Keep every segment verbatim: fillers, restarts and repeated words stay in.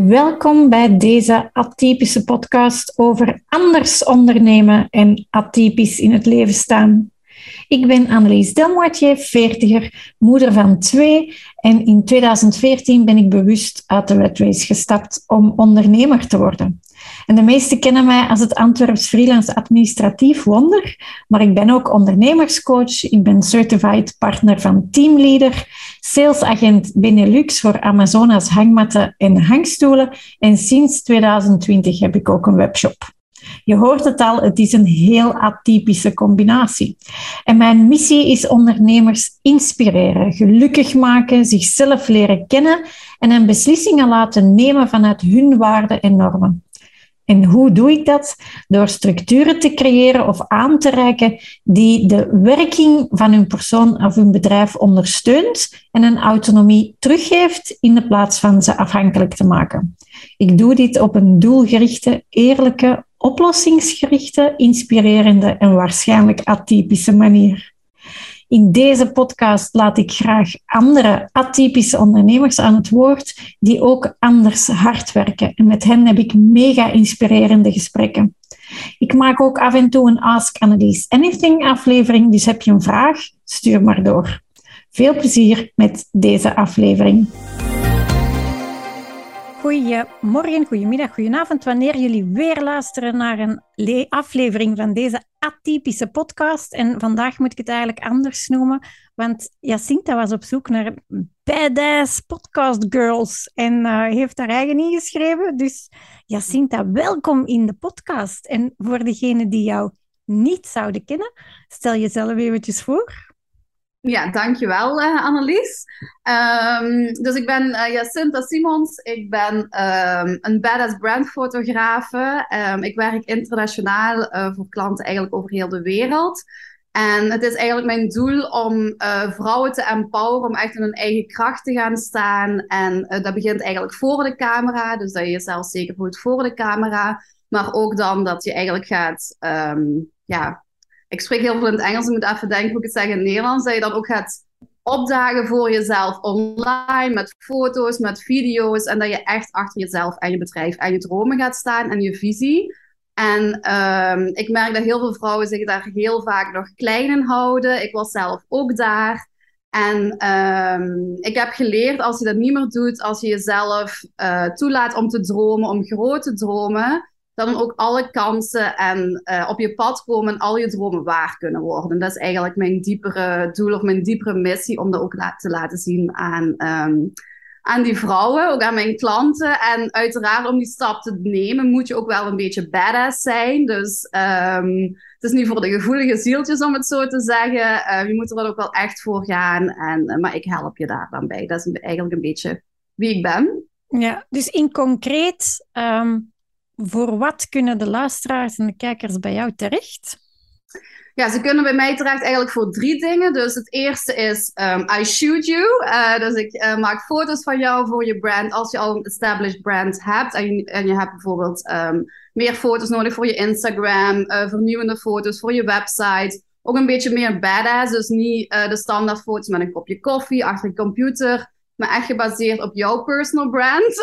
Welkom bij deze atypische podcast over anders ondernemen en atypisch in het leven staan. Ik ben Annelies Delmoitier, veertiger, moeder van twee en in tweeduizend veertien ben ik bewust uit de rat race gestapt om ondernemer te worden. En de meesten kennen mij als het Antwerps freelance administratief wonder, maar ik ben ook ondernemerscoach, ik ben certified partner van Teamleader, salesagent Benelux voor Amazonas hangmatten en hangstoelen en sinds tweeduizend twintig heb ik ook een webshop. Je hoort het al, het is een heel atypische combinatie. En mijn missie is ondernemers inspireren, gelukkig maken, zichzelf leren kennen en hen beslissingen laten nemen vanuit hun waarden en normen. En hoe doe ik dat? Door structuren te creëren of aan te reiken die de werking van hun persoon of hun bedrijf ondersteunt en een autonomie teruggeeft in de plaats van ze afhankelijk te maken. Ik doe dit op een doelgerichte, eerlijke, oplossingsgerichte, inspirerende en waarschijnlijk atypische manier. In deze podcast laat ik graag andere atypische ondernemers aan het woord die ook anders hard werken. En met hen heb ik mega inspirerende gesprekken. Ik maak ook af en toe een Ask Annelies Anything aflevering, dus heb je een vraag, stuur maar door. Veel plezier met deze aflevering. Goedemorgen, goedemiddag, goedenavond, wanneer jullie weer luisteren naar een le- aflevering van deze atypische podcast. En vandaag moet ik het eigenlijk anders noemen, want Jacinta was op zoek naar badass podcast girls en uh, heeft haar eigen ingeschreven. Dus Jacinta, welkom in de podcast. En voor degenen die jou niet zouden kennen, stel jezelf eventjes voor. Ja, dankjewel uh, Annelies. Um, dus ik ben uh, Jacinta Simons. Ik ben um, een badass brandfotografe. Um, ik werk internationaal uh, voor klanten eigenlijk over heel de wereld. En het is eigenlijk mijn doel om uh, vrouwen te empoweren om echt in hun eigen kracht te gaan staan. En uh, dat begint eigenlijk voor de camera. Dus dat je jezelf zeker voelt voor de camera. Maar ook dan dat je eigenlijk gaat... Um, ja, Ik spreek heel veel in het Engels, ik moet even denken hoe ik het zeg in het Nederlands. Dat je dan ook gaat opdagen voor jezelf online, met foto's, met video's. En dat je echt achter jezelf en je bedrijf en je dromen gaat staan en je visie. En um, ik merk dat heel veel vrouwen zich daar heel vaak nog klein in houden. Ik was zelf ook daar. En um, ik heb geleerd, als je dat niet meer doet, als je jezelf uh, toelaat om te dromen, om groot te dromen, dan ook alle kansen en uh, op je pad komen en al je dromen waar kunnen worden. Dat is eigenlijk mijn diepere doel of mijn diepere missie om dat ook la- te laten zien aan, um, aan die vrouwen, ook aan mijn klanten. En uiteraard om die stap te nemen moet je ook wel een beetje badass zijn. Dus um, het is niet voor de gevoelige zieltjes om het zo te zeggen. Uh, je moet er dan ook wel echt voor gaan. En, uh, maar ik help je daar dan bij. Dat is eigenlijk een beetje wie ik ben. Ja, dus in concreet... Um... Voor wat kunnen de luisteraars en de kijkers bij jou terecht? Ja, ze kunnen bij mij terecht eigenlijk voor drie dingen. Dus het eerste is, um, I shoot you. Uh, dus ik uh, maak foto's van jou voor je brand. Als je al een established brand hebt en je, en je hebt bijvoorbeeld um, meer foto's nodig voor je Instagram, uh, vernieuwende foto's voor je website. Ook een beetje meer badass, dus niet uh, de standaard foto's met een kopje koffie achter je computer, maar echt gebaseerd op jouw personal brand.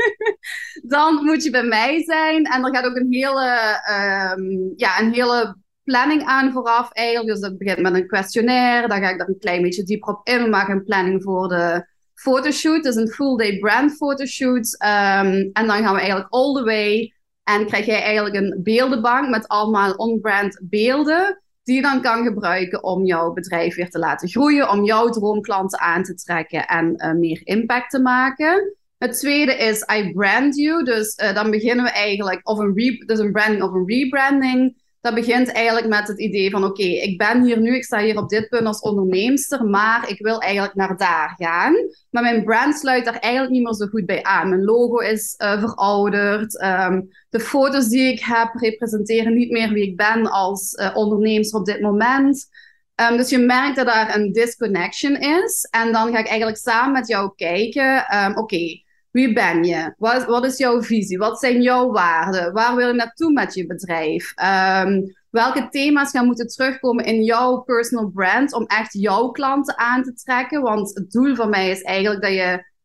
Dan moet je bij mij zijn. En er gaat ook een hele, um, ja, een hele planning aan vooraf eigenlijk. Dus dat begint met een questionnaire. Dan ga ik daar een klein beetje dieper op in. We maken een planning voor de fotoshoot. Dus een full day brand fotoshoot. Um, en dan gaan we eigenlijk all the way. En krijg jij eigenlijk een beeldenbank met allemaal on-brand beelden, die je dan kan gebruiken om jouw bedrijf weer te laten groeien, om jouw droomklanten aan te trekken en uh, meer impact te maken. Het tweede is I brand you, dus uh, dan beginnen we eigenlijk, of een, re- dus een branding of een rebranding. Dat begint eigenlijk met het idee van oké, okay, ik ben hier nu, ik sta hier op dit punt als onderneemster, maar ik wil eigenlijk naar daar gaan. Maar mijn brand sluit daar eigenlijk niet meer zo goed bij aan. Mijn logo is uh, verouderd. Um, de foto's die ik heb representeren niet meer wie ik ben als uh, onderneemster op dit moment. Um, dus je merkt dat daar een disconnection is. En dan ga ik eigenlijk samen met jou kijken, um, oké, okay, wie ben je? Wat, wat is jouw visie? Wat zijn jouw waarden? Waar wil je naartoe met je bedrijf? Um, welke thema's gaan moeten terugkomen in jouw personal brand om echt jouw klanten aan te trekken? Want het doel van mij is eigenlijk dat je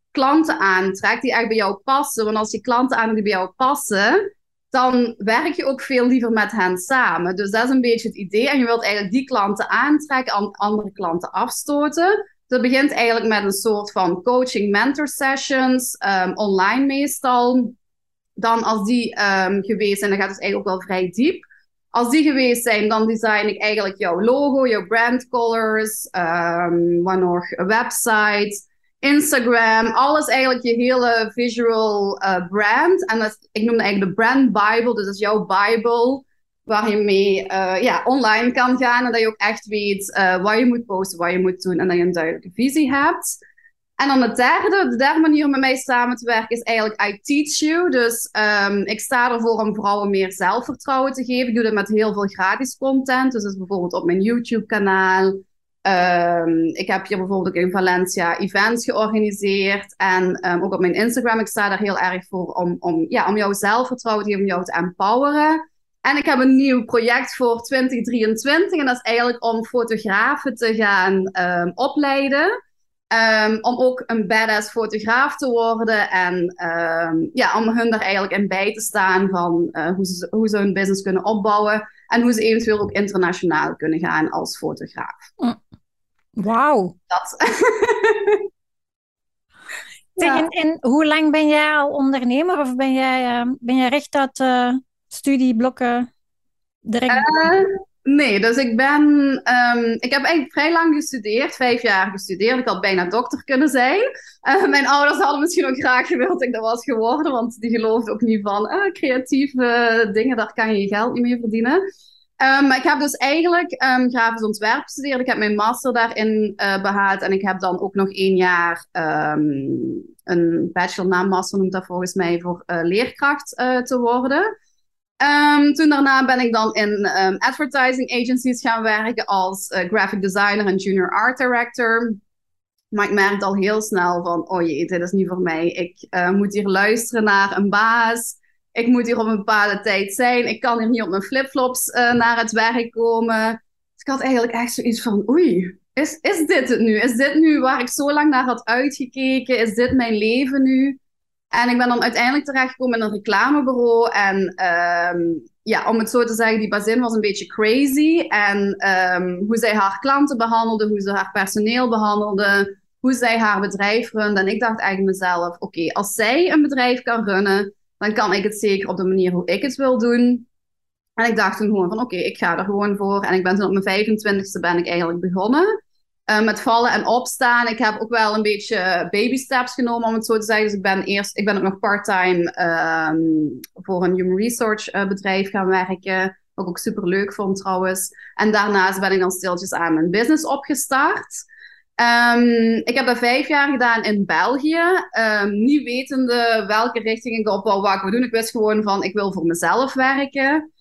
klanten aantrekt die echt bij jou passen. Want als je klanten aan die bij jou passen, dan werk je ook veel liever met hen samen. Dus dat is een beetje het idee. En je wilt eigenlijk die klanten aantrekken, en andere klanten afstoten. Dat begint eigenlijk met een soort van coaching mentor sessions, um, online meestal. Dan als die um, geweest zijn, dan gaat het eigenlijk ook wel vrij diep. Als die geweest zijn, dan design ik eigenlijk jouw logo, jouw brand colors, um, wat nog, een website, Instagram, alles eigenlijk je hele visual uh, brand. En dat, ik noem dat eigenlijk de brand bible, dus dat is jouw bible, waar je mee uh, ja, online kan gaan. En dat je ook echt weet uh, wat je moet posten, wat je moet doen en dat je een duidelijke visie hebt. En dan de derde, de derde manier om met mij samen te werken is eigenlijk I teach you. Dus um, ik sta ervoor om vrouwen meer zelfvertrouwen te geven. Ik doe dat met heel veel gratis content. Dus dat is bijvoorbeeld op mijn YouTube-kanaal. Um, ik heb hier bijvoorbeeld ook in Valencia events georganiseerd. En um, ook op mijn Instagram. Ik sta daar heel erg voor om, om, ja, om jouw zelfvertrouwen te geven, om jou te empoweren. En ik heb een nieuw project voor twintig drieëntwintig. En dat is eigenlijk om fotografen te gaan um, opleiden. Um, om ook een badass fotograaf te worden en um, ja, om hun daar eigenlijk in bij te staan van uh, hoe, ze, hoe ze hun business kunnen opbouwen en hoe ze eventueel ook internationaal kunnen gaan als fotograaf. Wauw. Dat. Ja. En, en hoe lang ben jij al ondernemer of ben jij, uh, ben jij recht uit uh, studieblokken direct? Uh, Nee, dus ik ben... Um, ik heb eigenlijk vrij lang gestudeerd, vijf jaar gestudeerd. Ik had bijna dokter kunnen zijn. Uh, mijn ouders hadden misschien ook graag gewild dat ik dat was geworden, want die geloofden ook niet van uh, creatieve dingen, daar kan je je geld niet mee verdienen. Um, maar ik heb dus eigenlijk um, grafisch ontwerp gestudeerd. Ik heb mijn master daarin uh, behaald en ik heb dan ook nog één jaar um, een bachelor na master, noemt dat volgens mij, voor uh, leerkracht uh, te worden. Um, toen daarna ben ik dan in um, advertising agencies gaan werken als uh, graphic designer en junior art director. Maar ik merkte al heel snel van, oh jee, dit is niet voor mij. Ik uh, moet hier luisteren naar een baas. Ik moet hier op een bepaalde tijd zijn. Ik kan hier niet op mijn flipflops uh, naar het werk komen. Dus ik had eigenlijk echt zoiets van, oei, is, is dit het nu? Is dit nu waar ik zo lang naar had uitgekeken? Is dit mijn leven nu? En ik ben dan uiteindelijk terechtgekomen in een reclamebureau. En um, ja, om het zo te zeggen, die bazin was een beetje crazy. En um, hoe zij haar klanten behandelde, hoe ze haar personeel behandelde, hoe zij haar bedrijf runde. En ik dacht eigenlijk mezelf, oké, okay, als zij een bedrijf kan runnen, dan kan ik het zeker op de manier hoe ik het wil doen. En ik dacht toen gewoon van, oké, okay, ik ga er gewoon voor. En ik ben toen op mijn vijfentwintigste ben ik eigenlijk begonnen. Uh, met vallen en opstaan. Ik heb ook wel een beetje baby steps genomen, om het zo te zeggen. Dus ik ben eerst, ik ben ook nog part-time um, voor een human research uh, bedrijf gaan werken. Wat ik ook super leuk vond trouwens. En daarnaast ben ik dan stiltjes aan mijn business opgestart. Um, ik heb dat vijf jaar gedaan in België. Um, niet wetende welke richting ik op wou, wat ik wil doen. Ik wist gewoon van, ik wil voor mezelf werken.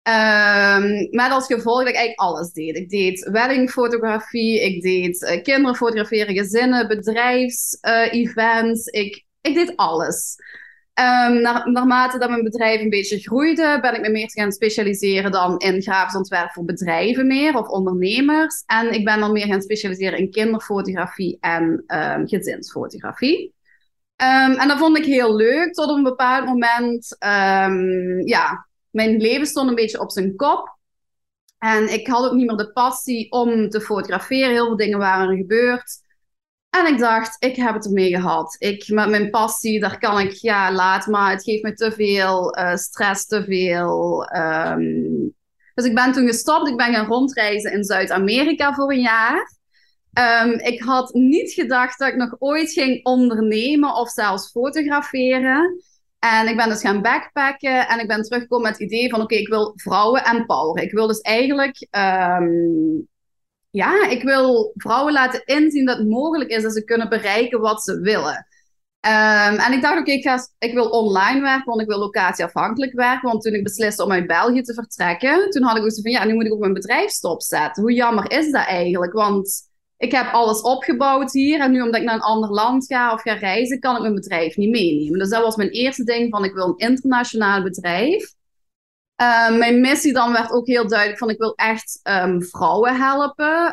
Um, met als gevolg dat ik eigenlijk alles deed. Ik deed weddingfotografie, ik deed uh, kinderen fotograferen, gezinnen, bedrijfs-events. Uh, ik, ik deed alles. Um, naar, naarmate dat mijn bedrijf een beetje groeide, ben ik me meer gaan specialiseren dan in grafisch ontwerp voor bedrijven meer, of ondernemers. En ik ben dan meer gaan specialiseren in kinderfotografie en um, gezinsfotografie. Um, en dat vond ik heel leuk, tot op een bepaald moment, um, ja... Mijn leven stond een beetje op zijn kop. En ik had ook niet meer de passie om te fotograferen. Heel veel dingen waren er gebeurd. En ik dacht, ik heb het ermee gehad. Ik, met mijn passie, daar kan ik, ja, laat maar. Het geeft me te veel uh, stress, te veel. Um... Dus ik ben toen gestopt. Ik ben gaan rondreizen in Zuid-Amerika voor een jaar. Um, ik had niet gedacht dat ik nog ooit ging ondernemen of zelfs fotograferen. En ik ben dus gaan backpacken en ik ben teruggekomen met het idee van, oké, okay, ik wil vrouwen empoweren. Ik wil dus eigenlijk, um, ja, ik wil vrouwen laten inzien dat het mogelijk is dat ze kunnen bereiken wat ze willen. Um, en ik dacht, oké, okay, ik, ik wil online werken, want ik wil locatieafhankelijk werken. Want toen ik besliste om uit België te vertrekken, toen had ik ook zo van, ja, nu moet ik ook mijn bedrijf stopzetten. Hoe jammer is dat eigenlijk? Want ik heb alles opgebouwd hier en nu omdat ik naar een ander land ga of ga reizen, kan ik mijn bedrijf niet meenemen. Dus dat was mijn eerste ding van, ik wil een internationaal bedrijf. Uh, mijn missie dan werd ook heel duidelijk van ik wil echt um, vrouwen helpen.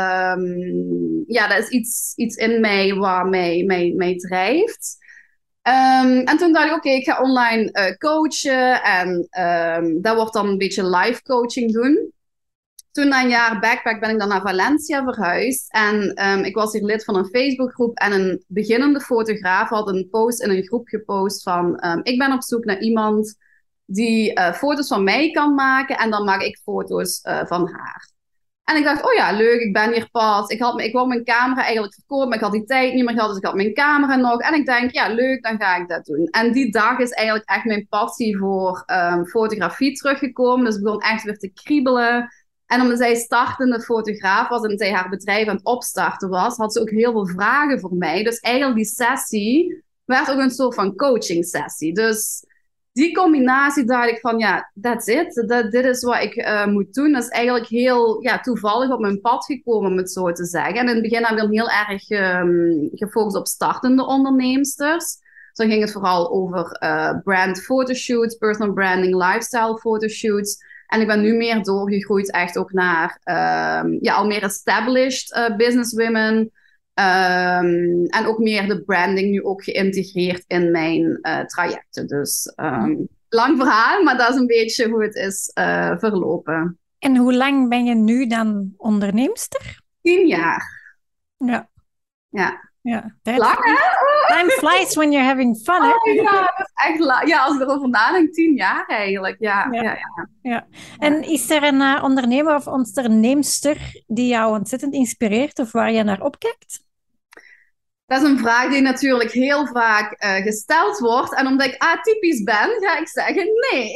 Um, ja, dat is iets, iets in mij waar mij, mij, mij drijft. Um, en toen dacht ik, oké, okay, ik ga online uh, coachen en um, dat wordt dan een beetje live coaching doen. Toen na een jaar backpack ben ik dan naar Valencia verhuisd. En um, ik was hier lid van een Facebookgroep. En een beginnende fotograaf had een post in een groep gepost van... Um, ik ben op zoek naar iemand die uh, foto's van mij kan maken. En dan maak ik foto's uh, van haar. En ik dacht, oh ja, leuk, ik ben hier pas. Ik, had, ik wou mijn camera eigenlijk verkopen, maar ik had die tijd niet meer gehad. Dus ik had mijn camera nog. En ik denk, ja, leuk, dan ga ik dat doen. En die dag is eigenlijk echt mijn passie voor um, fotografie teruggekomen. Dus ik begon echt weer te kriebelen. En omdat zij startende fotograaf was en zij haar bedrijf aan het opstarten was, had ze ook heel veel vragen voor mij. Dus eigenlijk die sessie werd ook een soort van coaching sessie. Dus die combinatie dacht ik van, ja, that's it. Dat, dit is wat ik uh, moet doen. Dat is eigenlijk heel ja, toevallig op mijn pad gekomen, om het zo te zeggen. En in het begin heb ik dan heel erg um, gefocust op startende onderneemsters. Dus dan ging het vooral over uh, brand fotoshoots, personal branding, lifestyle fotoshoots. En ik ben nu meer doorgegroeid echt ook naar um, ja, al meer established uh, businesswomen. Um, en ook meer de branding nu ook geïntegreerd in mijn uh, trajecten. Dus um, lang verhaal, maar dat is een beetje hoe het is uh, verlopen. En hoe lang ben je nu dan onderneemster? Tien jaar. Ja. Ja. Ja, lang hè? Time flies when you're having fun, hè? Oh, ja, dat is echt lang. Ja, als ik erover nadenk, tien jaar eigenlijk. Ja, ja. Ja. Ja, ja. Ja. En is er een uh, ondernemer of onderneemster die jou ontzettend inspireert of waar je naar opkijkt? Dat is een vraag die natuurlijk heel vaak uh, gesteld wordt. En omdat ik atypisch ben, ga ik zeggen nee.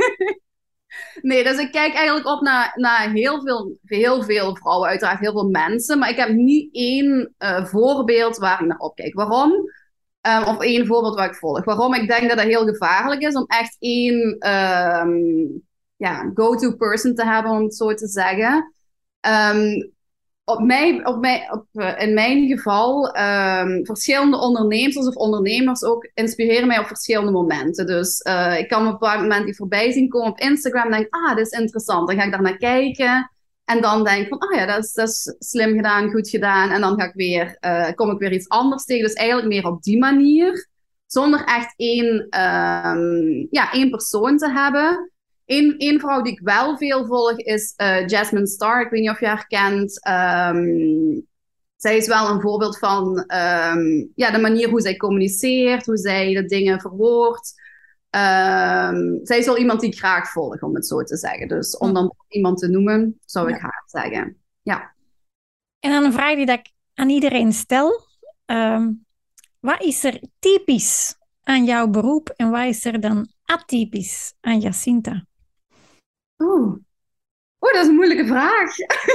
Nee, dus ik kijk eigenlijk op naar, naar heel, veel, heel veel vrouwen, uiteraard heel veel mensen. Maar ik heb niet één uh, voorbeeld waar ik naar opkijk. Waarom? Um, of één voorbeeld waar ik volg. Waarom? Ik denk dat dat heel gevaarlijk is om echt één um, ja, go-to person te hebben, om het zo te zeggen. Um, op mij, op mij, op, uh, in mijn geval, um, verschillende ondernemers of ondernemers ook inspireren mij op verschillende momenten. Dus uh, ik kan op een bepaald moment die voorbij zien komen op Instagram en denk, ah, dit is interessant. Dan ga ik daar naar kijken en dan denk ik van, ah ja, dat is, dat is slim gedaan, goed gedaan. En dan ga ik weer, uh, kom ik weer iets anders tegen. Dus eigenlijk meer op die manier, zonder echt één, um, ja, één persoon te hebben. Eén, één vrouw die ik wel veel volg is uh, Jasmine Star. Ik weet niet of je haar kent. Um, zij is wel een voorbeeld van um, ja, de manier hoe zij communiceert, hoe zij de dingen verwoordt. Um, zij is wel iemand die ik graag volg, om het zo te zeggen. Dus om dan iemand te noemen, zou ik ja. haar zeggen. Ja. En dan een vraag die dat ik aan iedereen stel. Um, wat is er typisch aan jouw beroep en wat is er dan atypisch aan Jacinta? Oeh, Oeh dat is een moeilijke vraag.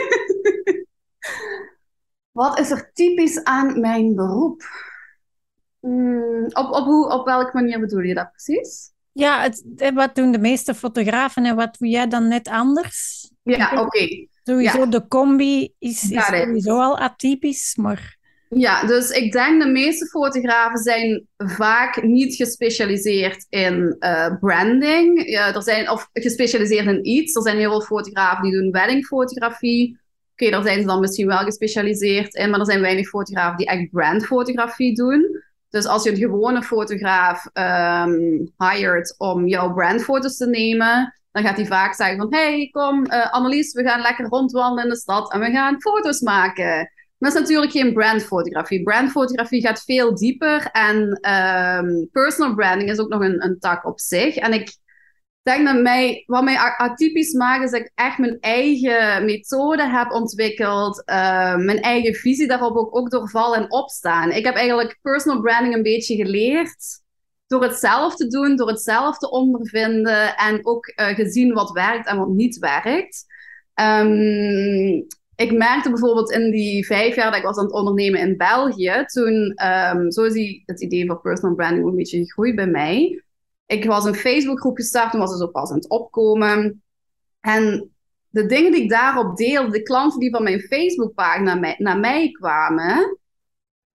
Wat is er typisch aan mijn beroep? Hmm, op, op, hoe, op welke manier bedoel je dat precies? Ja, het, wat doen de meeste fotografen en wat doe jij dan net anders? Ja, oké. Okay. Sowieso ja. De combi is, is sowieso al atypisch, maar... Ja, dus ik denk de meeste fotografen zijn vaak niet gespecialiseerd in uh, branding. Ja, er zijn, of gespecialiseerd in iets. Er zijn heel veel fotografen die doen weddingfotografie. Oké, okay, daar zijn ze dan misschien wel gespecialiseerd in. Maar er zijn weinig fotografen die echt brandfotografie doen. Dus als je een gewone fotograaf um, hired om jouw brandfoto's te nemen, dan gaat hij vaak zeggen van, hey, kom uh, Annelies, we gaan lekker rondwandelen in de stad en we gaan foto's maken. Dat is natuurlijk geen brandfotografie. Brandfotografie gaat veel dieper en um, personal branding is ook nog een, een tak op zich. En ik denk dat mij, wat mij atypisch maakt, is dat ik echt mijn eigen methode heb ontwikkeld. Uh, mijn eigen visie daarop ook, ook door vallen en opstaan. Ik heb eigenlijk personal branding een beetje geleerd door het zelf te doen, door het zelf te ondervinden en ook uh, gezien wat werkt en wat niet werkt. Um, Ik merkte bijvoorbeeld in die vijf jaar dat ik was aan het ondernemen in België, toen, um, zo is die, het idee van personal branding een beetje gegroeid bij mij. Ik was een Facebookgroep gestart, toen was het ook pas aan het opkomen. En de dingen die ik daarop deelde, de klanten die van mijn Facebookpagina naar mij, naar mij kwamen,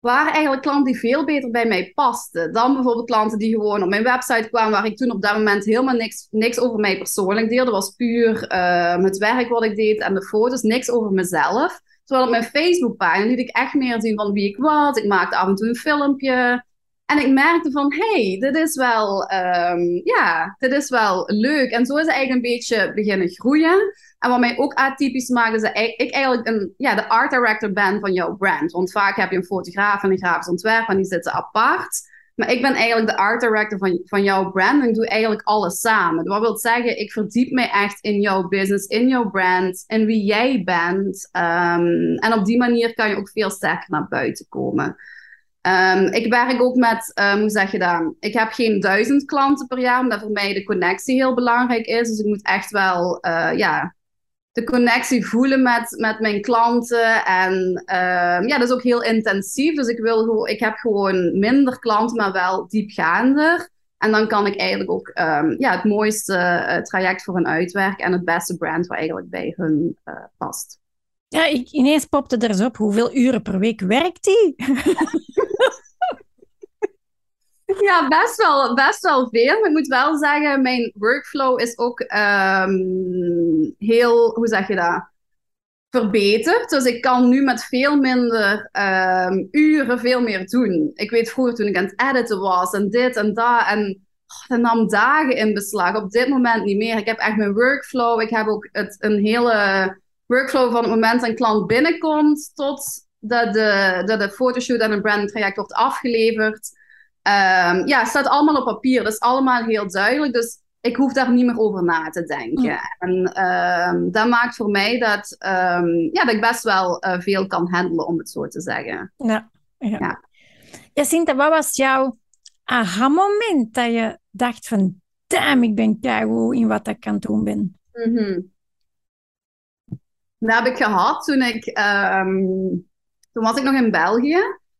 waren eigenlijk klanten die veel beter bij mij pasten. Dan bijvoorbeeld klanten die gewoon op mijn website kwamen, waar ik toen op dat moment helemaal niks, niks over mij persoonlijk deelde. Dat was puur uh, het werk wat ik deed en de foto's, niks over mezelf. Terwijl op mijn Facebookpagina liet ik echt meer zien van wie ik was. Ik maakte af en toe een filmpje. En ik merkte van, hey, dit is wel, um, ja, dit is wel leuk. En zo is het eigenlijk een beetje beginnen groeien. En wat mij ook atypisch maakt, is dat ik eigenlijk een, ja, de art director ben van jouw brand. Want vaak heb je een fotograaf en een grafisch ontwerper en die zitten apart. Maar ik ben eigenlijk de art director van, van jouw brand en ik doe eigenlijk alles samen. Wat wil zeggen, ik verdiep mij echt in jouw business, in jouw brand, in wie jij bent. Um, en op die manier kan je ook veel sterker naar buiten komen. Um, ik werk ook met, um, hoe zeg je dat? Ik heb geen duizend klanten per jaar, omdat voor mij de connectie heel belangrijk is. Dus ik moet echt wel, uh, ja, de connectie voelen met, met mijn klanten. En um, ja, dat is ook heel intensief. Dus ik, wil, ik heb gewoon minder klanten, maar wel diepgaander. En dan kan ik eigenlijk ook um, ja, het mooiste uh, traject voor hen uitwerken en het beste brand wat eigenlijk bij hun uh, past. Ja, ik, ineens popte er eens op. Hoeveel uren per week werkt die? Ja, best wel, best wel veel. Maar ik moet wel zeggen, mijn workflow is ook um, heel, hoe zeg je dat? Verbeterd. Dus ik kan nu met veel minder um, uren veel meer doen. Ik weet vroeger toen ik aan het editen was en dit en dat. En oh, dat nam dagen in beslag. Op dit moment niet meer. Ik heb echt mijn workflow. Ik heb ook het, een hele workflow van het moment dat een klant binnenkomt tot dat de, dat de fotoshoot en een branding traject wordt afgeleverd. Um, ja, het staat allemaal op papier. Dat is allemaal heel duidelijk. Dus ik hoef daar niet meer over na te denken. Mm. En um, dat maakt voor mij dat, um, ja, dat ik best wel uh, veel kan handelen, om het zo te zeggen. Ja, ja. ja. Jacinta, wat was jouw aha-moment dat je dacht van, damn, ik ben keigoed in wat ik aan het doen ben? Mm-hmm. Dat heb ik gehad toen ik... Um, toen was ik nog in België.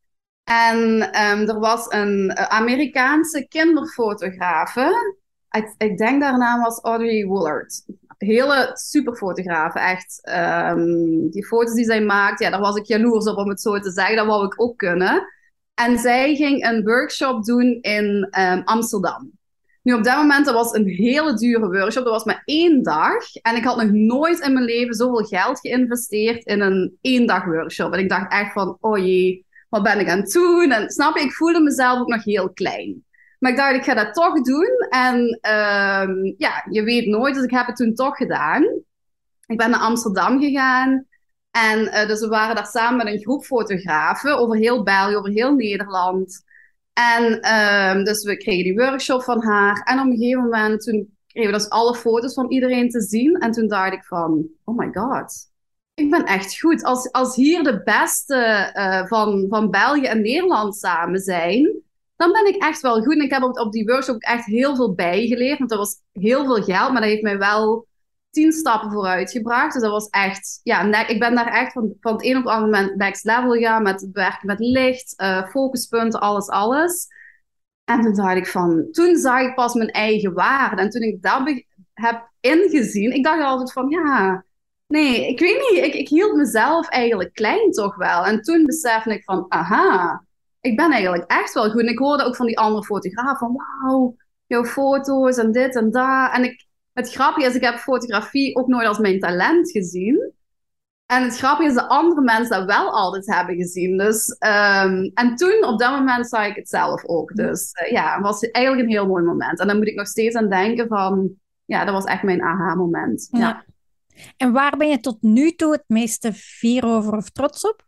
En um, er was een Amerikaanse kinderfotografe. Ik, ik denk haar naam was Audrey Woolard. Hele superfotografe, echt. Um, die foto's die zij maakt, ja, daar was ik jaloers op, om het zo te zeggen. Dat wou ik ook kunnen. En zij ging een workshop doen in um, Amsterdam. Nu, op dat moment, dat was een hele dure workshop. Dat was maar één dag. En ik had nog nooit in mijn leven zoveel geld geïnvesteerd in een één dag workshop. En ik dacht echt van, oh jee, wat ben ik aan het doen? En snap je, ik voelde mezelf ook nog heel klein. Maar ik dacht, ik ga dat toch doen. En um, ja, je weet nooit, dus ik heb het toen toch gedaan. Ik ben naar Amsterdam gegaan. En uh, dus we waren daar samen met een groep fotografen over heel België, over heel Nederland. En um, dus we kregen die workshop van haar. En op een gegeven moment, toen kregen we dus alle foto's van iedereen te zien. En toen dacht ik van, oh my god, ik ben echt goed. Als, als hier de beste uh, van, van België en Nederland samen zijn, dan ben ik echt wel goed. En ik heb op, op die workshop ook echt heel veel bijgeleerd. Want dat was heel veel geld, maar dat heeft mij wel tien stappen vooruit gebracht. Dus dat was echt, ja, ne- ik ben daar echt van, van het een op het andere moment next level gegaan. Met het werken met licht, uh, focuspunten, alles, alles. En toen dacht ik van, toen zag ik pas mijn eigen waarde. En toen ik dat be- heb ingezien, ik dacht altijd van, ja, nee, ik weet niet. Ik, ik hield mezelf eigenlijk klein toch wel. En toen besefte ik van, aha, ik ben eigenlijk echt wel goed. En ik hoorde ook van die andere fotograaf van, wauw, jouw foto's en dit en dat. En ik, het grappige is, ik heb fotografie ook nooit als mijn talent gezien. En het grappige is dat andere mensen dat wel altijd hebben gezien. Dus, um, en toen, op dat moment, zag ik het zelf ook. Dus uh, ja, het was eigenlijk een heel mooi moment. En dan moet ik nog steeds aan denken van, ja, dat was echt mijn aha-moment. Ja. Ja. En waar ben je tot nu toe het meeste fier over of trots op?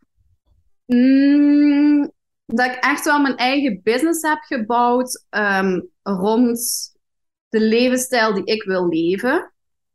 Mm, dat ik echt wel mijn eigen business heb gebouwd um, rond de levensstijl die ik wil leven.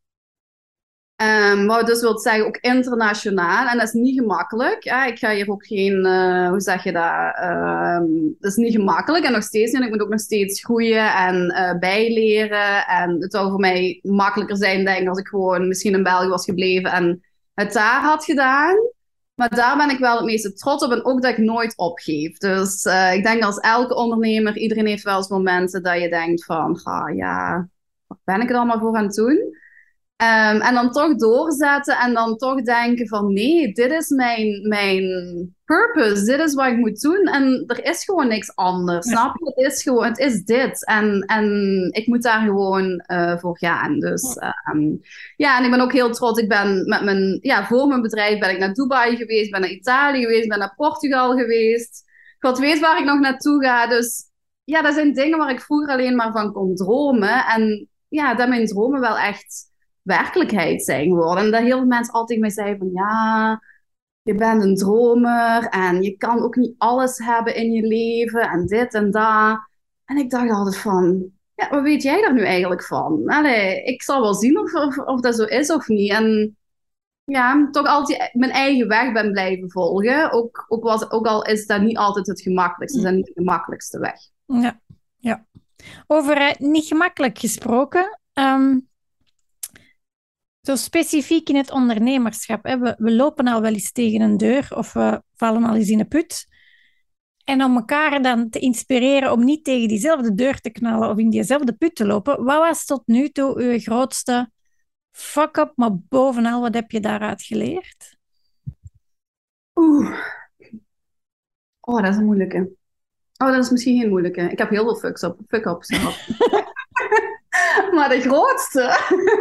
Um, wat dus wil zeggen ook internationaal. En dat is niet gemakkelijk. Ja, ik ga hier ook geen, uh, hoe zeg je dat? Um, dat is niet gemakkelijk en nog steeds niet. Ik moet ook nog steeds groeien en uh, bijleren. En het zou voor mij makkelijker zijn, denk ik, als ik gewoon misschien in België was gebleven en het daar had gedaan. Maar daar ben ik wel het meeste trots op en ook dat ik nooit opgeef. Dus uh, ik denk als elke ondernemer, iedereen heeft wel eens momenten dat je denkt van, ah, ja, wat ben ik er allemaal voor aan het doen? Um, en dan toch doorzetten en dan toch denken van nee, dit is mijn, mijn purpose, dit is wat ik moet doen en er is gewoon niks anders, Ja. snap je? Het is gewoon, het is dit en, en ik moet daar gewoon uh, voor gaan. Dus um, ja, en ik ben ook heel trots, ik ben met mijn, ja, voor mijn bedrijf ben ik naar Dubai geweest, ben naar Italië geweest, ben naar Portugal geweest. God weet waar ik nog naartoe ga, dus ja, dat zijn dingen waar ik vroeger alleen maar van kon dromen en ja, dat mijn dromen wel echt werkelijkheid zijn geworden. En dat heel veel mensen altijd mij zeiden van ja, je bent een dromer en je kan ook niet alles hebben in je leven en dit en dat. En ik dacht altijd van, ja, wat weet jij daar nu eigenlijk van? Allee, ik zal wel zien of, of, of dat zo is of niet. En ja, toch altijd mijn eigen weg ben blijven volgen. Ook, ook, was, ook al is dat niet altijd het gemakkelijkste. Dat is niet de gemakkelijkste weg. Ja, ja. Over uh, niet gemakkelijk gesproken... Um... Zo specifiek in het ondernemerschap. Hè. We, we lopen al wel eens tegen een deur of we vallen al eens in een put. En om elkaar dan te inspireren om niet tegen diezelfde deur te knallen of in diezelfde put te lopen. Wat was tot nu toe uw grootste fuck-up, maar bovenal, wat heb je daaruit geleerd? Oeh. Oh, dat is een moeilijke. Oh, dat is misschien geen moeilijke. Ik heb heel veel fuck-ups fuck gehad. Maar de grootste...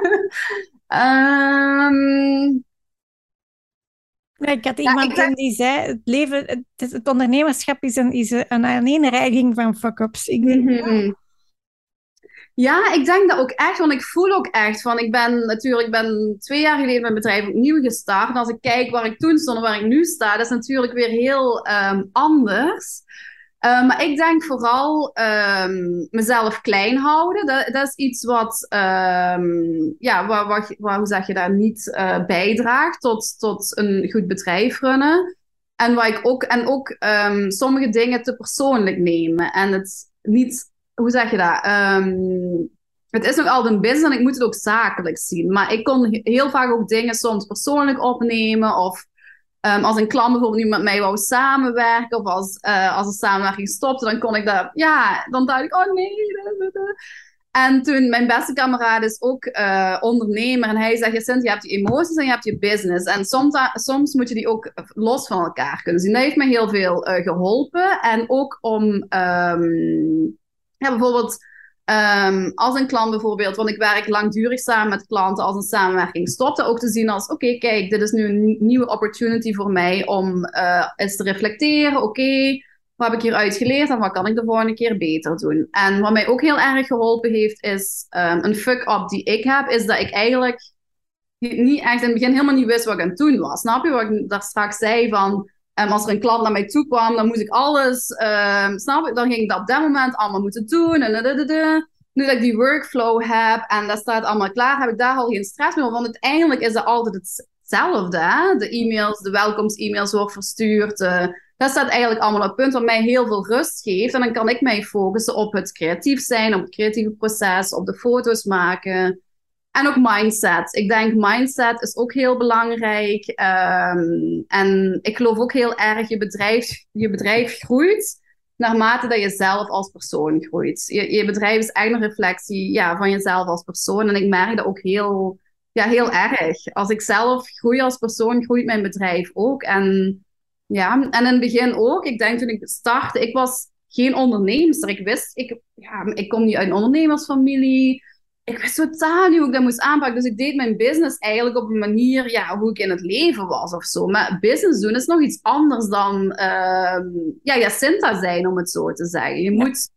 Um... Ja, ik had iemand ja, ik... die zei, het leven, het, het ondernemerschap is een, is een aaneenreiging van fuck-ups. Ik denk, mm-hmm. Ja, ik denk dat ook echt, want ik voel ook echt van, ik ben natuurlijk, ik ben twee jaar geleden mijn bedrijf opnieuw gestart. En als ik kijk waar ik toen stond en waar ik nu sta, dat is natuurlijk weer heel um, anders. Uh, maar ik denk vooral um, mezelf klein houden. Dat, dat is iets wat, um, ja, wat, wat, wat, hoe zeg je dat, niet uh, bijdraagt tot, tot een goed bedrijf runnen. En, wat ik ook, en ook um, sommige dingen te persoonlijk nemen. En het niet, hoe zeg je dat? Um, het is nog altijd een business en ik moet het ook zakelijk zien. Maar ik kon heel vaak ook dingen soms persoonlijk opnemen of... Um, als een klant bijvoorbeeld niet met mij wou samenwerken, of als, uh, als de samenwerking stopte, dan kon ik dat, ja, dan dacht ik, oh nee. En toen, mijn beste kameraad is ook uh, ondernemer, en hij zegt, Cynthia, je hebt je emoties en je hebt je business. En soms, soms moet je die ook los van elkaar kunnen zien. Dat heeft me heel veel uh, geholpen. En ook om, um, ja, bijvoorbeeld... Um, als een klant bijvoorbeeld, want ik werk langdurig samen met klanten, als een samenwerking stopt, ook te zien als, oké, okay, kijk, dit is nu een nieuwe opportunity voor mij om uh, eens te reflecteren. Oké, okay, wat heb ik hieruit geleerd en wat kan ik de volgende keer beter doen? En wat mij ook heel erg geholpen heeft, is um, een fuck-up die ik heb, is dat ik eigenlijk niet echt in het begin helemaal niet wist wat ik aan het doen was. Snap je wat ik daar straks zei van... Um, als er een klant naar mij toe kwam, dan moest ik alles, um, snap je? Dan ging ik dat op dat moment allemaal moeten doen. En dadadada. Nu dat ik die workflow heb en dat staat allemaal klaar, heb ik daar al geen stress meer. Want uiteindelijk is dat altijd hetzelfde. Hè? De e-mails, de welkomst-e-mails worden verstuurd. Uh, dat staat eigenlijk allemaal op het punt wat mij heel veel rust geeft. En dan kan ik mij focussen op het creatief zijn, op het creatieve proces, op de foto's maken. En ook mindset. Ik denk mindset is ook heel belangrijk. Um, en ik geloof ook heel erg, je bedrijf, je bedrijf groeit naarmate dat je zelf als persoon groeit. Je, je bedrijf is echt een reflectie, ja, van jezelf als persoon. En ik merk dat ook heel, ja, heel erg. Als ik zelf groei als persoon, groeit mijn bedrijf ook. En, ja, en in het begin ook. Ik denk toen ik startte, ik was geen onderneemster. Ik wist, ik, ja, ik kom niet uit een ondernemersfamilie. Ik wist totaal niet hoe ik dat moest aanpakken. Dus ik deed mijn business eigenlijk op een manier, ja, hoe ik in het leven was of zo. Maar business doen is nog iets anders dan, uh, ja, Jacinta zijn, om het zo te zeggen. Je ja. moet,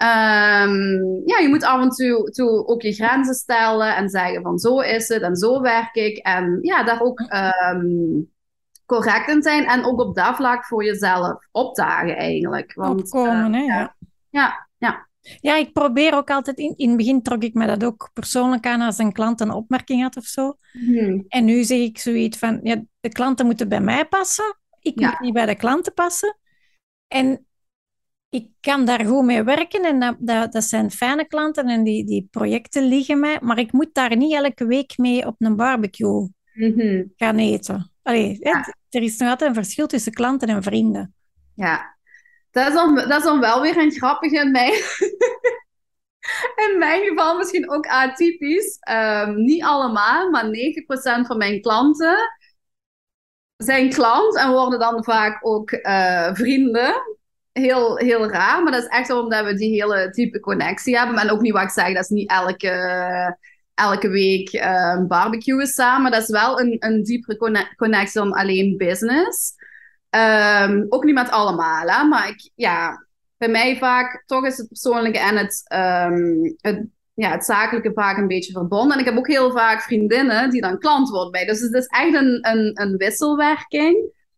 um, ja, je moet af en toe, toe ook je grenzen stellen en zeggen van zo is het en zo werk ik. En ja, daar ook um, correct in zijn en ook op dat vlak voor jezelf opdagen eigenlijk. Want, Opkomen, uh, hè? Ja, ja. ja. Ja, ik probeer ook altijd... In, in het begin trok ik me dat ook persoonlijk aan als een klant een opmerking had of zo. Hmm. En nu zeg ik zoiets van... Ja, de klanten moeten bij mij passen. Ik ja. moet niet bij de klanten passen. En ik kan daar goed mee werken. En dat, dat, dat zijn fijne klanten en die, die projecten liggen mij. Maar ik moet daar niet elke week mee op een barbecue mm-hmm. gaan eten. Allee, ja. het, er is nog altijd een verschil tussen klanten en vrienden. Ja. Dat is, dan, dat is dan wel weer een grappige in mij. in mijn geval misschien ook atypisch. Um, niet allemaal, maar negentig procent van mijn klanten zijn klant en worden dan vaak ook uh, vrienden. Heel, heel raar, maar dat is echt wel omdat we die hele diepe connectie hebben. En ook niet wat ik zeg, dat is niet elke, elke week uh, barbecuen samen. Dat is wel een, een diepere connectie dan alleen business. Um, ook niet met allemaal, hè? Maar ik, ja, bij mij vaak, toch is het persoonlijke en het, um, het, ja, het zakelijke vaak een beetje verbonden. En ik heb ook heel vaak vriendinnen die dan klant worden bij. Dus het is echt een, een, een wisselwerking.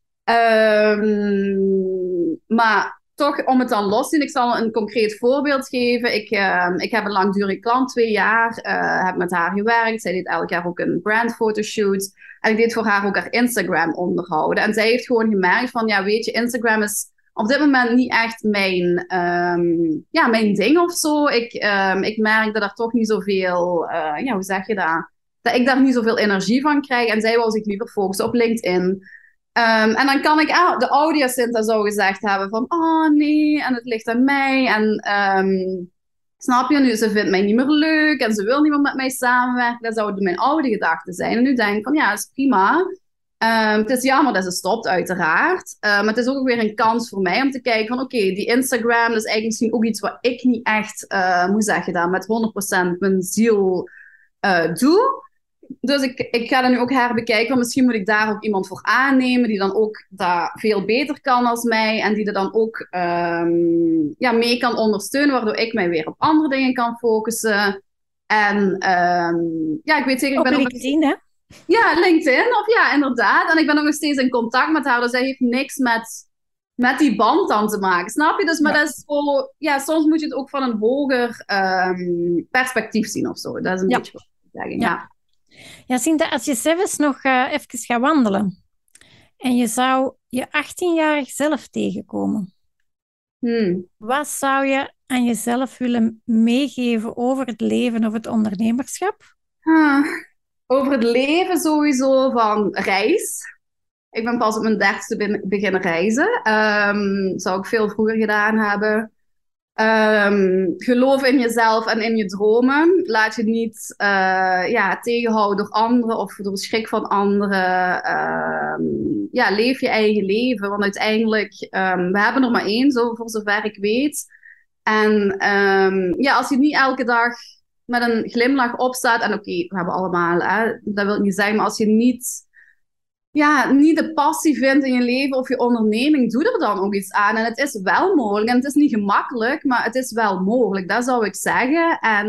Um, maar toch, om het dan los te zien, ik zal een concreet voorbeeld geven. Ik, uh, ik heb een langdurige klant, twee jaar, uh, heb met haar gewerkt. Zij deed elk jaar ook een brandfotoshoot. En ik deed voor haar ook haar Instagram onderhouden. En zij heeft gewoon gemerkt van, ja, weet je, Instagram is op dit moment niet echt mijn, um, ja, mijn ding of zo. Ik, um, ik merk dat er toch niet zoveel, uh, ja, hoe zeg je dat? Dat ik daar niet zoveel energie van krijg. En zij wil zich liever focussen op LinkedIn. Um, en dan kan ik ah, de audiocynta zo gezegd hebben van, oh nee, en het ligt aan mij. En um, snap je, nu ze vindt mij niet meer leuk en ze wil niet meer met mij samenwerken. Dat zouden mijn oude gedachten zijn. En nu denk ik van, ja, dat is prima. Um, het is jammer dat ze stopt, uiteraard. Uh, maar het is ook weer een kans voor mij om te kijken van, oké, okay, die Instagram, dat is eigenlijk misschien ook iets wat ik niet echt, uh, hoe zeg je dat, met honderd procent mijn ziel uh, doe. Dus ik, ik ga dat nu ook herbekijken, want misschien moet ik daar ook iemand voor aannemen die dan ook dat veel beter kan als mij en die er dan ook um, ja, mee kan ondersteunen, waardoor ik mij weer op andere dingen kan focussen. En um, ja, ik weet zeker... Op ik ben LinkedIn, hè? Ja, LinkedIn, of ja, inderdaad. En ik ben ook nog steeds in contact met haar, dus zij heeft niks met, met die band dan te maken, snap je? Dus, maar ja. Dat is zo... Ja, soms moet je het ook van een hoger um, perspectief zien of zo. Dat is een ja. beetje wat ik zeg, ja. ja. Jacinta, als je zelfs nog uh, even gaat wandelen en je zou je achttienjarig zelf tegenkomen, hmm. wat zou je aan jezelf willen meegeven over het leven of het ondernemerschap? Ah, over het leven sowieso van reis. Ik ben pas op mijn dertigste beginnen reizen. Um, zou ik veel vroeger gedaan hebben. Um, geloof in jezelf en in je dromen. Laat je niet uh, ja, tegenhouden door anderen of door schrik van anderen. Um, ja, leef je eigen leven. Want uiteindelijk, um, we hebben er maar één, zo, voor zover ik weet. En um, ja, als je niet elke dag met een glimlach opstaat. En oké, okay, we hebben allemaal, hè, dat wil ik niet zeggen. Maar als je niet... Ja, niet de passie vindt in je leven of je onderneming, doe er dan ook iets aan. En het is wel mogelijk. En het is niet gemakkelijk, maar het is wel mogelijk. Dat zou ik zeggen. En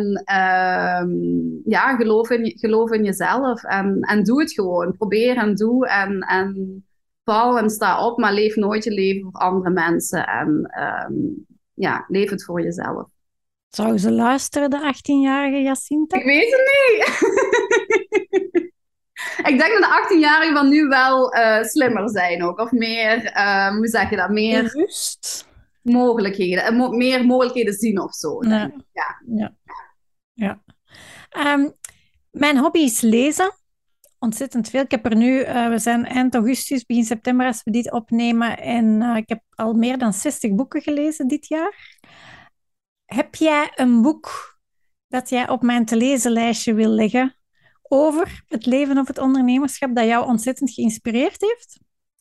um, ja, geloof in, geloof in jezelf. En, en doe het gewoon. Probeer en doe. En, en val en sta op. Maar leef nooit je leven voor andere mensen. En um, ja, leef het voor jezelf. Zou ze luisteren, de achttienjarige Jacinta? Ik weet het niet. Ik denk dat de achttienjarigen van nu wel uh, slimmer zijn ook. Of meer, uh, hoe zeg je dat? Meer Rust. Mogelijkheden. Mo- meer mogelijkheden zien of zo. Ja. Ja. ja. ja. Um, mijn hobby is lezen. Ontzettend veel. Ik heb er nu, uh, we zijn eind augustus, begin september als we dit opnemen. En uh, ik heb al meer dan zestig boeken gelezen dit jaar. Heb jij een boek dat jij op mijn te lezen lijstje wil leggen over het leven of het ondernemerschap dat jou ontzettend geïnspireerd heeft?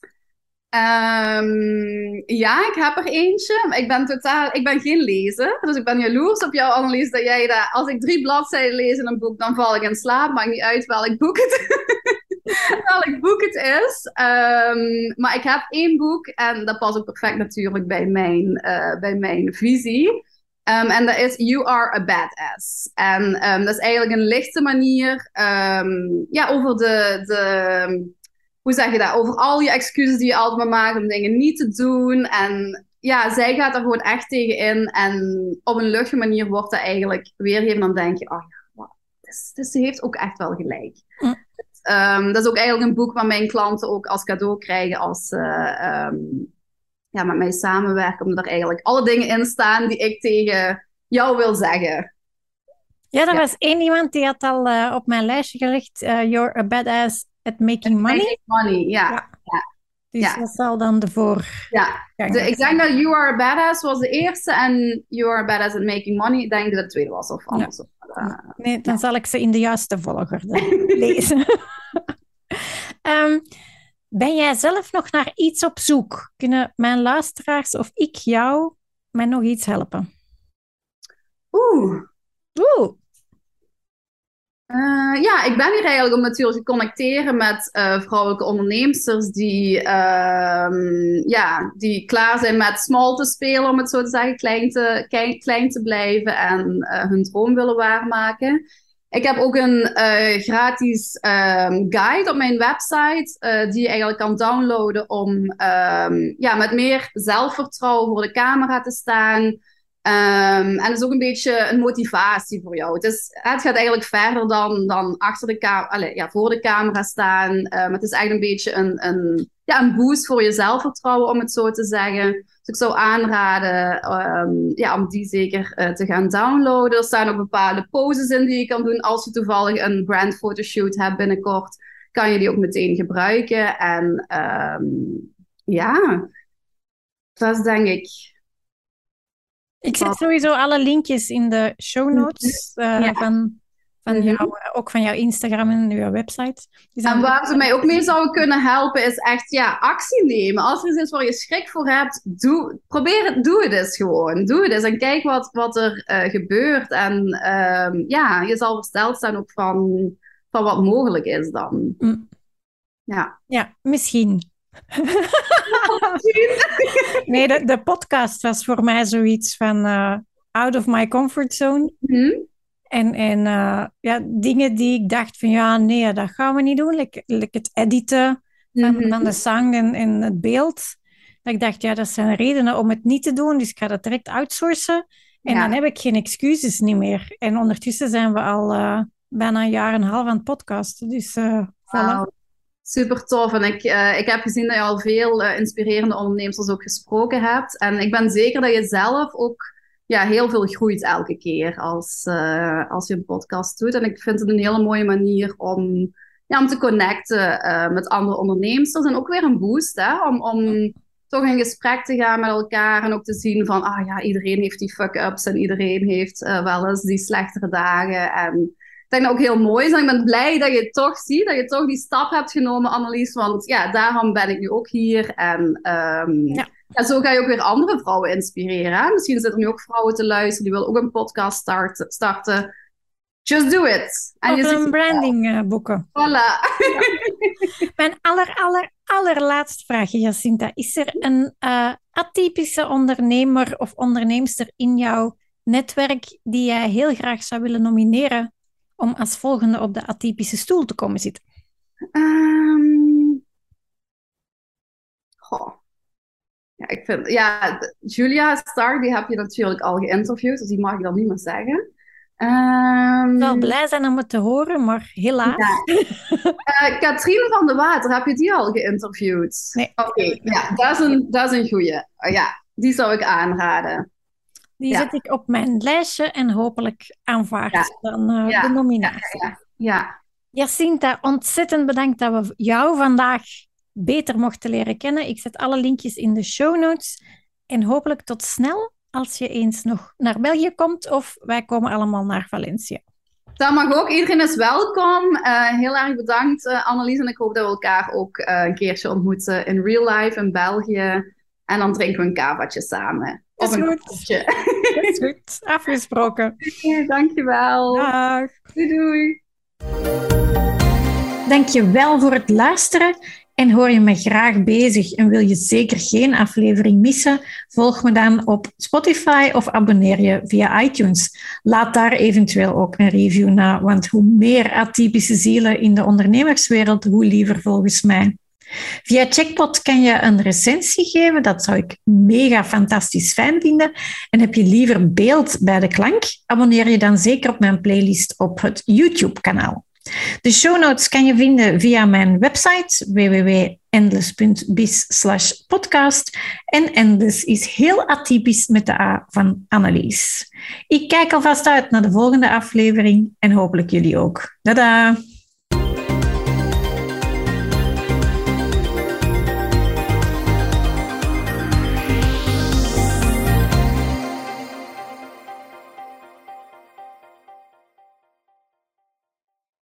Um, ja, ik heb er eentje. Ik ben totaal, ik ben geen lezer, dus ik ben jaloers op jouw analyse dat jij dat, als ik drie bladzijden lees in een boek, dan val ik in slaap. Maakt niet uit welk boek het, welk boek het is. Um, maar ik heb één boek en dat past ook perfect natuurlijk bij mijn, uh, bij mijn visie. Um, en dat is You Are a Badass. En um, dat is eigenlijk een lichte manier um, ja, over de, de, hoe zeg je dat, over al je excuses die je altijd maar maakt om dingen niet te doen. En ja, zij gaat er gewoon echt tegen in. En op een luchtige manier wordt dat eigenlijk weergegeven. Dan denk je, oh ja, dus, dus ze heeft ook echt wel gelijk. Mm. Um, dat is ook eigenlijk een boek waar mijn klanten ook als cadeau krijgen als ze uh, um, ja, met mij samenwerken. Omdat er eigenlijk alle dingen in staan die ik tegen jou wil zeggen. Ja, er ja. was één iemand die had al uh, op mijn lijstje gelegd. Uh, You're a badass at making money. Making money, ja. ja. ja. Dus ja. dat zal dan de voor... Ja, de, ik denk dat You Are a Badass was de eerste en You Are a Badass at Making Money, ik denk dat het tweede was of anders. Ja. Uh, nee, dan ja. zal ik ze in de juiste volgorde lezen. um, ben jij zelf nog naar iets op zoek? Kunnen mijn luisteraars of ik jou met nog iets helpen? Oeh. Oeh. Uh, ja, ik ben hier eigenlijk om natuurlijk te connecteren met uh, vrouwelijke onderneemsters die, uh, ja, die klaar zijn met small te spelen, om het zo te zeggen, klein te, klein, klein te blijven en uh, hun droom willen waarmaken. Ik heb ook een uh, gratis um, guide op mijn website uh, die je eigenlijk kan downloaden om um, ja, met meer zelfvertrouwen voor de camera te staan. Um, en het is ook een beetje een motivatie voor jou. Het, is, het gaat eigenlijk verder dan, dan achter de cam- allez, ja, voor de camera staan. Um, het is eigenlijk een beetje een, een, ja, een boost voor je zelfvertrouwen, om het zo te zeggen. Dus ik zou aanraden um, ja, om die zeker uh, te gaan downloaden. Er staan ook bepaalde poses in die je kan doen. Als je toevallig een brand photoshoot hebt binnenkort, kan je die ook meteen gebruiken. En um, ja, dat is denk ik... Ik zet sowieso alle linkjes in de show notes uh, ja. van, van mm-hmm. jou, ook van jouw Instagram en jouw website. En waar ze mij ook mee zouden kunnen helpen is echt ja, actie nemen. Als er iets is waar je schrik voor hebt, doe, probeer het, doe het eens gewoon. Doe het eens en kijk wat, wat er uh, gebeurt. En um, ja, je zal versteld zijn ook van, van wat mogelijk is dan. Mm. Ja. Ja, misschien. Nee, de, de podcast was voor mij zoiets van uh, out of my comfort zone. Mm-hmm. En, en uh, ja, dingen die ik dacht van ja, nee, dat gaan we niet doen. Like, like het editen van, mm-hmm. van de zang en, en het beeld. Dat ik dacht, ja, dat zijn redenen om het niet te doen. Dus ik ga dat direct outsourcen. En ja. dan heb ik geen excuses niet meer. En ondertussen zijn we al uh, bijna een jaar en een half aan het podcasten. Dus uh, wow. Voilà. Super tof. En ik, uh, ik heb gezien dat je al veel uh, inspirerende ondernemers ook gesproken hebt. En ik ben zeker dat je zelf ook ja, heel veel groeit elke keer als, uh, als je een podcast doet. En ik vind het een hele mooie manier om, ja, om te connecten uh, met andere ondernemers. En ook weer een boost, hè? Om, om toch in gesprek te gaan met elkaar. En ook te zien van, ah ja, iedereen heeft die fuck-ups. En iedereen heeft uh, wel eens die slechtere dagen. En ik denk dat ook heel mooi is. En ik ben blij dat je het toch ziet. Dat je toch die stap hebt genomen, Annelies. Want ja, daarom ben ik nu ook hier. En um, ja. Ja, zo ga je ook weer andere vrouwen inspireren. Hè? Misschien zitten er nu ook vrouwen te luisteren. Die willen ook een podcast start, starten. Just do it. En of je een branding uh, boeken. Voilà. Ja. Mijn aller, aller, allerlaatste vraag, Jacinta. Is er een uh, atypische ondernemer of onderneemster in jouw netwerk die jij heel graag zou willen nomineren om als volgende op de atypische stoel te komen zitten? Um... Goh. Ja, ik vind, ja, Julia Stark, die heb je natuurlijk al geïnterviewd, dus die mag ik dan niet meer zeggen. Um... Ik zal blij zijn om het te horen, maar helaas. Ja. uh, Katrien van de Water, heb je die al geïnterviewd? Nee. Oké, okay, ja, dat is een, dat is een goeie. Uh, ja, die zou ik aanraden. Die ja. zet ik op mijn lijstje en hopelijk aanvaard ja. dan uh, ja. de nominatie. Ja, ja, ja. Jacinta, ontzettend bedankt dat we jou vandaag beter mochten leren kennen. Ik zet alle linkjes in de show notes. En hopelijk tot snel als je eens nog naar België komt of wij komen allemaal naar Valencia. Dat mag ook. Iedereen is welkom. Uh, heel erg bedankt, uh, Annelies. En ik hoop dat we elkaar ook uh, een keertje ontmoeten in real life in België. En dan drinken we een kavaatje samen. Dat is of een goed. kopje. Dat is goed. Afgesproken. Okay, dankjewel. Dag. Doei doei. Dankjewel voor het luisteren. En hoor je me graag bezig en wil je zeker geen aflevering missen? Volg me dan op Spotify of abonneer je via iTunes. Laat daar eventueel ook een review na, want hoe meer atypische zielen in de ondernemerswereld, hoe liever volgens mij. Via Checkpot kan je een recensie geven, dat zou ik mega fantastisch fijn vinden. En heb je liever beeld bij de klank? Abonneer je dan zeker op mijn playlist op het YouTube-kanaal. De show notes kan je vinden via mijn website w w w punt endless punt biz slash podcast. En Endless is heel atypisch met de A van Annelies. Ik kijk alvast uit naar de volgende aflevering en hopelijk jullie ook. Tada!